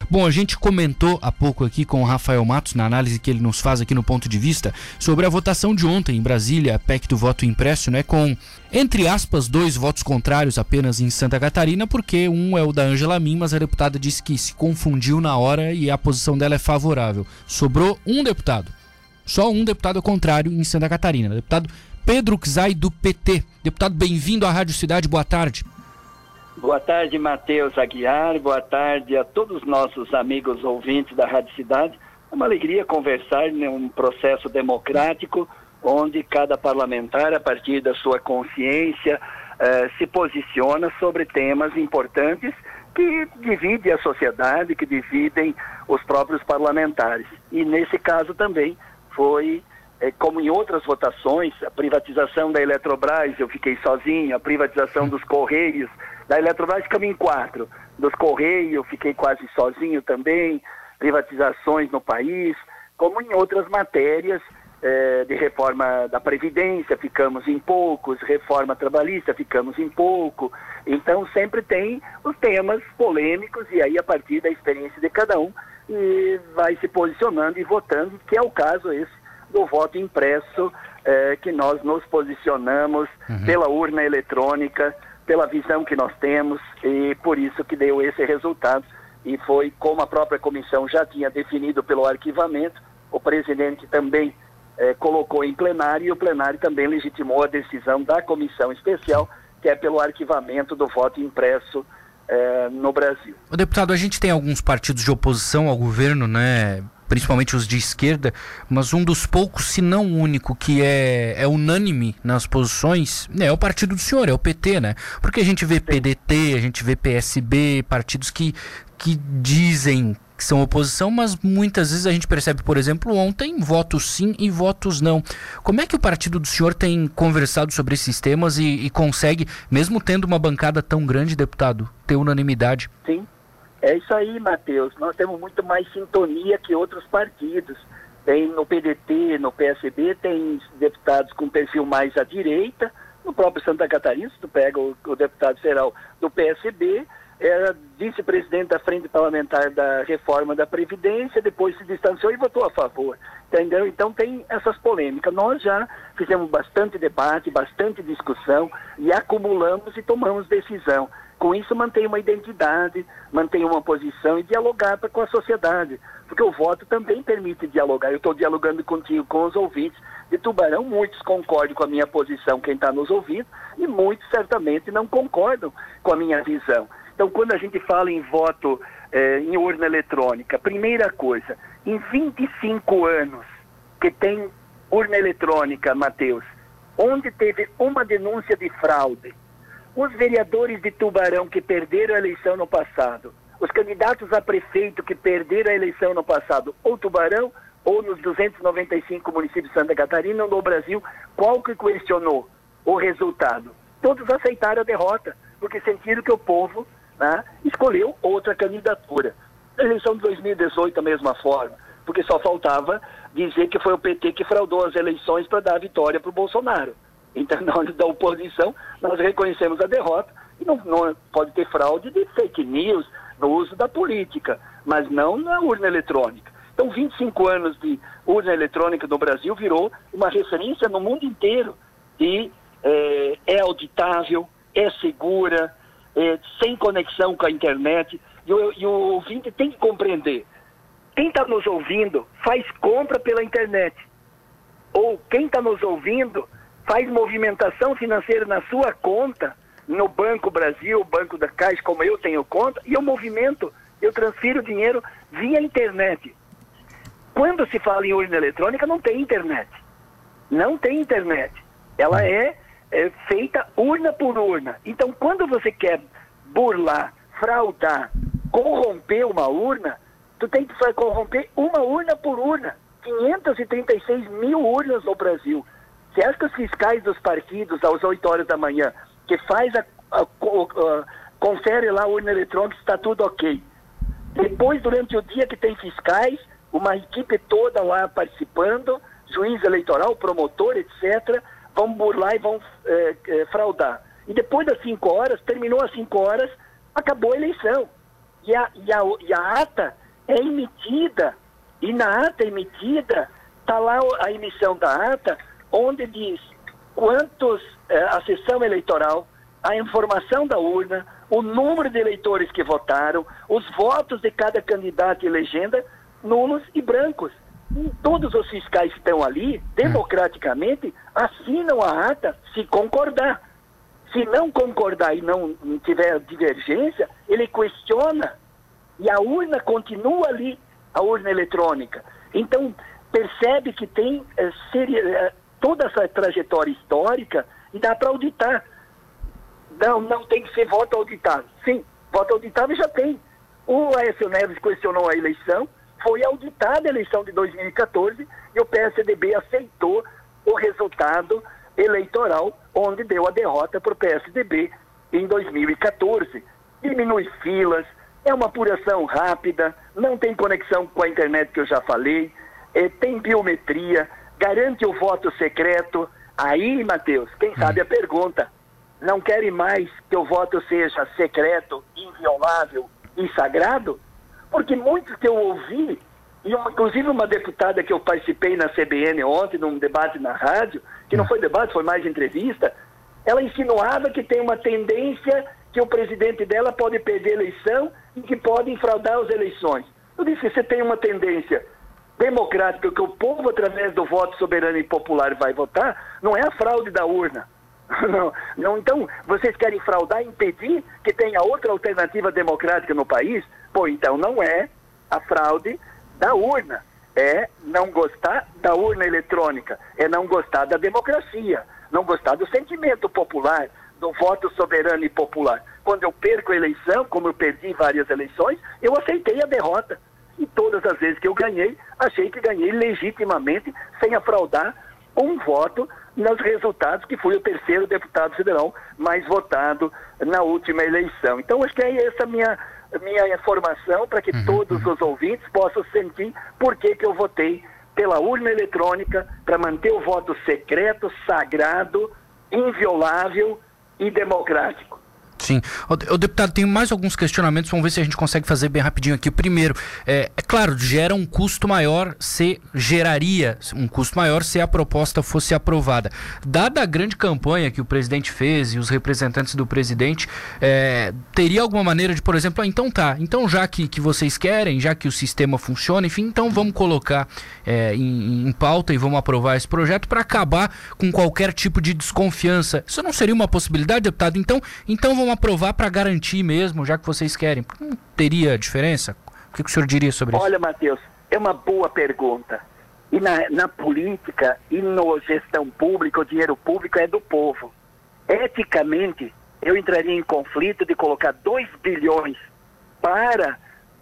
Bom, a gente comentou há pouco aqui com o Rafael Matos, na análise que ele nos faz aqui no Ponto de Vista, sobre a votação de ontem em Brasília, a PEC do voto impresso, né, com, entre aspas, 2 votos contrários apenas em Santa Catarina, porque um é o da Ângela Min, mas a deputada disse que se confundiu na hora e a posição dela é favorável. Sobrou um deputado, só um deputado contrário em Santa Catarina, o deputado Pedro Czai, do PT. Deputado, bem-vindo à Rádio Cidade, boa tarde. Boa tarde, Matheus Aguiar, boa tarde a todos os nossos amigos ouvintes da Rádio Cidade. É uma alegria conversar em um processo democrático, onde cada parlamentar, a partir da sua consciência, se posiciona sobre temas importantes que dividem a sociedade, que dividem os próprios parlamentares. E nesse caso também foi, como em outras votações, a privatização da Eletrobras, eu fiquei sozinho, a privatização dos Correios, da Eletrobras ficamos em 4, dos Correios eu fiquei quase sozinho também, privatizações no país, como em outras matérias de reforma da Previdência, ficamos em poucos, reforma trabalhista, ficamos em pouco. Então sempre tem os temas polêmicos e aí a partir da experiência de cada um e vai se posicionando e votando, que é o caso esse do voto impresso, que nós nos posicionamos pela urna eletrônica, pela visão que nós temos e por isso que deu esse resultado. E foi como a própria comissão já tinha definido pelo arquivamento, o presidente também colocou em plenário e o plenário também legitimou a decisão da comissão especial, que é pelo arquivamento do voto impresso no Brasil. O deputado, a gente tem alguns partidos de oposição ao governo, né? Principalmente os de esquerda, mas um dos poucos, se não o único, que é unânime nas posições, é o partido do senhor, é o PT, né? Porque a gente vê PDT, a gente vê PSB, partidos que dizem que são oposição, mas muitas vezes a gente percebe, por exemplo, ontem, votos sim e votos não. Como é que o partido do senhor tem conversado sobre esses temas e consegue, mesmo tendo uma bancada tão grande, deputado, ter unanimidade? Sim. É isso aí, Matheus. Nós temos muito mais sintonia que outros partidos. Tem no PDT, no PSB, tem deputados com perfil mais à direita. No próprio Santa Catarina, se tu pega o deputado federal do PSB, era vice-presidente da Frente Parlamentar da Reforma da Previdência, depois se distanciou e votou a favor. Entendeu? Então tem essas polêmicas. Nós já fizemos bastante debate, bastante discussão e acumulamos e tomamos decisão. Com isso, mantém uma identidade, mantém uma posição e dialogar com a sociedade. Porque o voto também permite dialogar. Eu estou dialogando contigo, com os ouvintes de Tubarão. Muitos concordam com a minha posição, quem está nos ouvindo, e muitos certamente não concordam com a minha visão. Então, quando a gente fala em voto em urna eletrônica, primeira coisa, em 25 anos que tem urna eletrônica, Matheus, onde teve uma denúncia de fraude, os vereadores de Tubarão que perderam a eleição no passado, os candidatos a prefeito que perderam a eleição no passado, ou Tubarão, ou nos 295 municípios de Santa Catarina, ou no Brasil, qual que questionou o resultado? Todos aceitaram a derrota, porque sentiram que o povo, né, escolheu outra candidatura. A eleição de 2018 da mesma forma, porque só faltava dizer que foi o PT que fraudou as eleições para dar a vitória para o Bolsonaro. Então, na hora da oposição, nós reconhecemos a derrota e não pode ter fraude de fake news no uso da política, mas não na urna eletrônica. Então, 25 anos de urna eletrônica no Brasil virou uma referência no mundo inteiro e é auditável, é segura, sem conexão com a internet e o ouvinte tem que compreender. Quem está nos ouvindo faz compra pela internet ou quem está nos ouvindo faz movimentação financeira na sua conta, no Banco Brasil, Banco da Caixa, como eu tenho conta, e eu movimento, eu transfiro dinheiro via internet. Quando se fala em urna eletrônica, não tem internet. Não tem internet. Ela é feita urna por urna. Então, quando você quer burlar, fraudar, corromper uma urna, tu tem que corromper uma urna por urna. 536 mil urnas no Brasil. Você acha que os fiscais dos partidos, às 8 horas da manhã, que faz confere lá a urna eletrônica, está tudo ok. Depois, durante o dia que tem fiscais, uma equipe toda lá participando, juiz eleitoral, promotor, etc., vão burlar e vão fraudar. E depois das 5 horas, terminou às 5 horas, acabou a eleição. E a ata é emitida, e na ata emitida está lá a emissão da ata, onde diz quantos, a sessão eleitoral, a informação da urna, o número de eleitores que votaram, os votos de cada candidato e legenda, nulos e brancos. E todos os fiscais que estão ali, democraticamente, assinam a ata se concordar. Se não concordar e não tiver divergência, ele questiona e a urna continua ali, a urna eletrônica. Então, percebe que tem toda essa trajetória histórica e dá para auditar. Não tem que ser voto auditável. Sim, voto auditável já tem. O Aécio Neves questionou a eleição, foi auditada a eleição de 2014 e o PSDB aceitou o resultado eleitoral, onde deu a derrota para o PSDB em 2014. Diminui filas, é uma apuração rápida, não tem conexão com a internet que eu já falei, tem biometria, garante o voto secreto. Aí, Matheus, quem sabe a pergunta, não querem mais que o voto seja secreto, inviolável e sagrado? Porque muitos que eu ouvi, e inclusive uma deputada que eu participei na CBN ontem, num debate na rádio, que não foi debate, foi mais entrevista, ela insinuava que tem uma tendência que o presidente dela pode perder a eleição e que pode fraudar as eleições. Eu disse, você tem uma tendência democrática que o povo, através do voto soberano e popular, vai votar, não é a fraude da urna. Não, então, vocês querem fraudar, impedir que tenha outra alternativa democrática no país? Pô, então não é a fraude da urna, é não gostar da urna eletrônica, é não gostar da democracia, não gostar do sentimento popular, do voto soberano e popular. Quando eu perco a eleição, como eu perdi várias eleições, eu aceitei a derrota. E todas as vezes que eu ganhei, achei que ganhei legitimamente, sem afraudar um voto nos resultados, que fui o terceiro deputado federal mais votado na última eleição. Então, acho que é essa minha informação para que todos os ouvintes possam sentir por que eu votei pela urna eletrônica, para manter o voto secreto, sagrado, inviolável e democrático. Sim. O deputado, tem mais alguns questionamentos, vamos ver se a gente consegue fazer bem rapidinho aqui. O primeiro, é claro, geraria um custo maior se a proposta fosse aprovada. Dada a grande campanha que o presidente fez e os representantes do presidente, teria alguma maneira de, por exemplo, então já que vocês querem, já que o sistema funciona, enfim, então vamos colocar em pauta e vamos aprovar esse projeto para acabar com qualquer tipo de desconfiança. Isso não seria uma possibilidade, deputado? Então vamos aprovar para garantir mesmo, já que vocês querem. Não teria diferença? O que o senhor diria sobre isso? Olha, Matheus, é uma boa pergunta. E na política e na gestão pública, o dinheiro público é do povo. Eticamente, eu entraria em conflito de colocar 2 bilhões para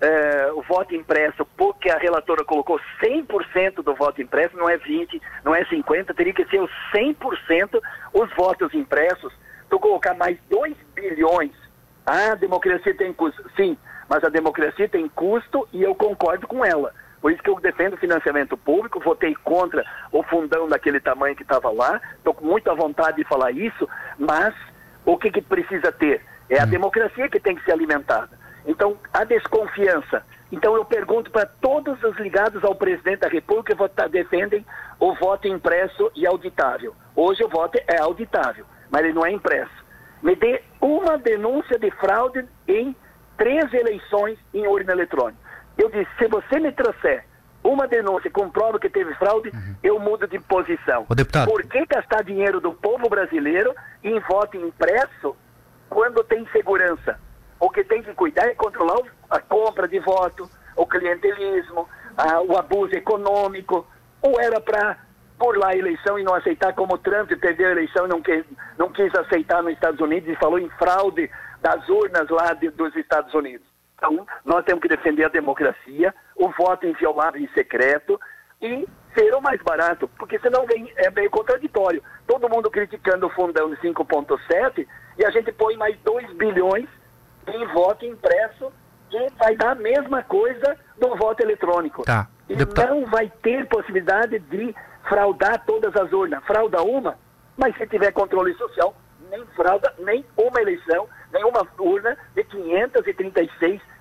o voto impresso, porque a relatora colocou 100% do voto impresso, não é 20%, não é 50%, teria que ser os 100% os votos impressos. Tu colocar mais 2 bilhões, a democracia tem custo. Sim, mas a democracia tem custo e eu concordo com ela. Por isso que eu defendo o financiamento público, votei contra o fundão daquele tamanho que estava lá, estou com muita vontade de falar isso, mas o que precisa ter? É a democracia que tem que ser alimentada. Então, a desconfiança. Então, eu pergunto para todos os ligados ao presidente da República que defendem o voto impresso e auditável. Hoje o voto é auditável, mas ele não é impresso. Me dê uma denúncia de fraude em 3 eleições em urna eletrônica. Eu disse, se você me trouxer uma denúncia que comprova que teve fraude, eu mudo de posição. Deputado, por que gastar dinheiro do povo brasileiro em voto impresso quando tem segurança? O que tem que cuidar é controlar a compra de voto, o clientelismo, o abuso econômico. Ou era para burlar a eleição e não aceitar, como o Trump perdeu a eleição e não quis aceitar nos Estados Unidos e falou em fraude das urnas lá dos Estados Unidos. Então, nós temos que defender a democracia, o voto inviolável e secreto e ser o mais barato, porque senão é meio contraditório. Todo mundo criticando o fundão de 5,7 e a gente põe mais 2 bilhões em voto impresso, que vai dar a mesma coisa do voto eletrônico. Tá. E não vai ter possibilidade de fraudar todas as urnas. Frauda uma, mas se tiver controle social, nem frauda nem uma eleição, nem uma urna de 536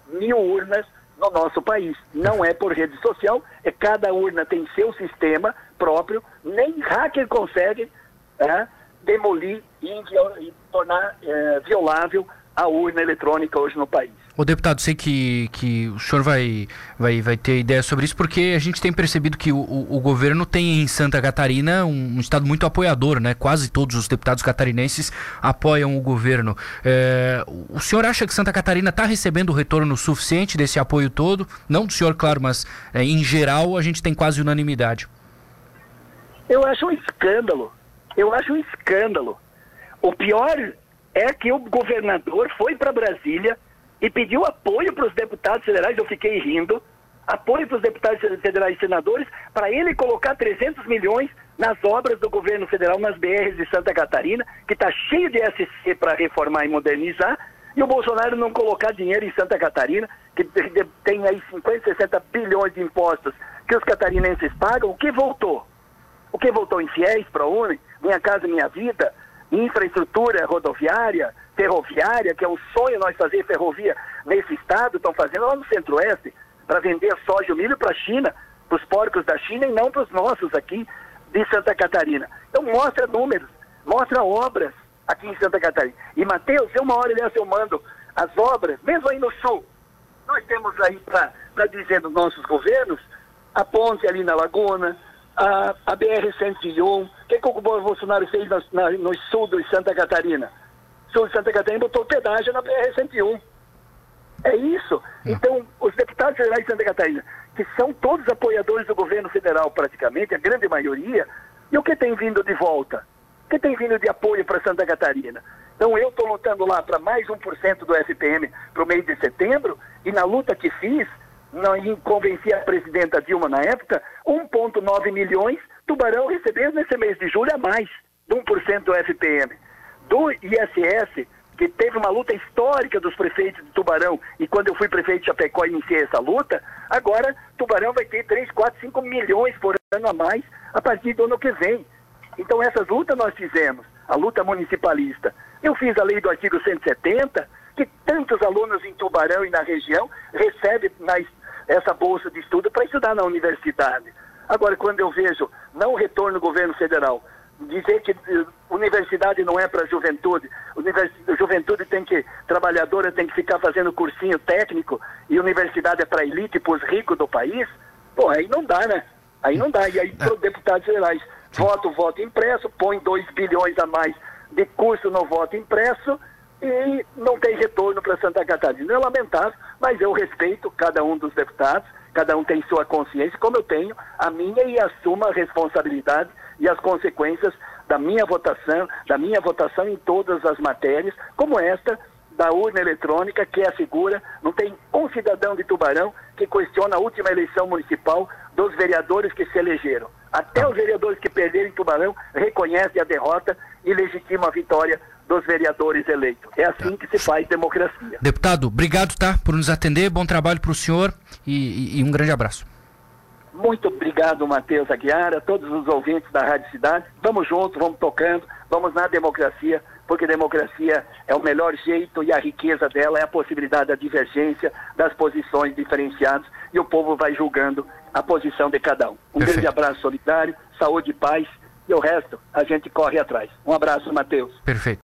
mil urnas no nosso país. Não é por rede social, cada urna tem seu sistema próprio, nem hacker consegue demolir e tornar violável a urna eletrônica hoje no país. Ô deputado, sei que o senhor vai ter ideia sobre isso, porque a gente tem percebido que o governo tem em Santa Catarina um estado muito apoiador, né? Quase todos os deputados catarinenses apoiam o governo. O senhor acha que Santa Catarina está recebendo o retorno suficiente desse apoio todo? Não do senhor, claro, mas em geral a gente tem quase unanimidade. Eu acho um escândalo. O pior é que o governador foi para Brasília e pediu apoio para os deputados federais, eu fiquei rindo, apoio para os deputados federais e senadores, para ele colocar 300 milhões nas obras do governo federal, nas BRs de Santa Catarina, que está cheio de SC para reformar e modernizar, e o Bolsonaro não colocar dinheiro em Santa Catarina, que tem aí 50, 60 bilhões de impostos que os catarinenses pagam. O que voltou? O que voltou em fiéis para a UNE, Minha Casa Minha Vida, infraestrutura rodoviária, ferroviária, que é um sonho nós fazer ferrovia nesse estado, estão fazendo lá no Centro-Oeste, para vender soja e milho para a China, para os porcos da China e não para os nossos aqui de Santa Catarina. Então mostra números, mostra obras aqui em Santa Catarina. E Matheus, uma hora eu mando as obras, mesmo aí no sul, nós temos aí para dizer dos nossos governos, a ponte ali na Laguna, a BR-101, o que o Bolsonaro fez no sul de Santa Catarina? Sul de Santa Catarina botou pedágio na BR-101. É isso. Então, os deputados federais de Santa Catarina, que são todos apoiadores do governo federal praticamente, a grande maioria, e o que tem vindo de volta? O que tem vindo de apoio para Santa Catarina? Então, eu estou lutando lá para mais 1% do FPM para o mês de setembro, e na luta que fiz, convenci a presidenta Dilma na época, 1,9 milhões Tubarão recebendo nesse mês de julho a mais de 1% do FPM. Do ISS, que teve uma luta histórica dos prefeitos de Tubarão, e quando eu fui prefeito de Chapecó e iniciei essa luta, agora Tubarão vai ter 3, 4, 5 milhões por ano a mais a partir do ano que vem. Então essas lutas nós fizemos, a luta municipalista. Eu fiz a lei do artigo 170, que tantos alunos em Tubarão e na região recebem essa bolsa de estudo para estudar na universidade. Agora, quando eu vejo não retorno do governo federal, dizer que universidade não é para a juventude, juventude trabalhadora tem que ficar fazendo cursinho técnico e universidade é para a elite, para os ricos do país, pô, aí não dá, né? Aí não dá. E aí, para os deputados federais, voto impresso, põe 2 bilhões a mais de custo no voto impresso, e não tem retorno para Santa Catarina. É lamentável, mas eu respeito cada um dos deputados, cada um tem sua consciência, como eu tenho a minha, e assumo a responsabilidade e as consequências da minha votação em todas as matérias, como esta da urna eletrônica, que assegura, não tem um cidadão de Tubarão que questiona a última eleição municipal dos vereadores que se elegeram. Até os vereadores que perderam em Tubarão reconhecem a derrota e legitimam a vitória dos vereadores eleitos. É assim que se faz democracia. Deputado, obrigado, por nos atender, bom trabalho para o senhor e um grande abraço. Muito obrigado, Matheus Aguiar, a todos os ouvintes da Rádio Cidade. Vamos juntos, vamos tocando, vamos na democracia, porque democracia é o melhor jeito e a riqueza dela é a possibilidade da divergência, das posições diferenciadas, e o povo vai julgando a posição de cada um. Um grande abraço solidário, saúde e paz, e o resto a gente corre atrás. Um abraço, Matheus. Perfeito.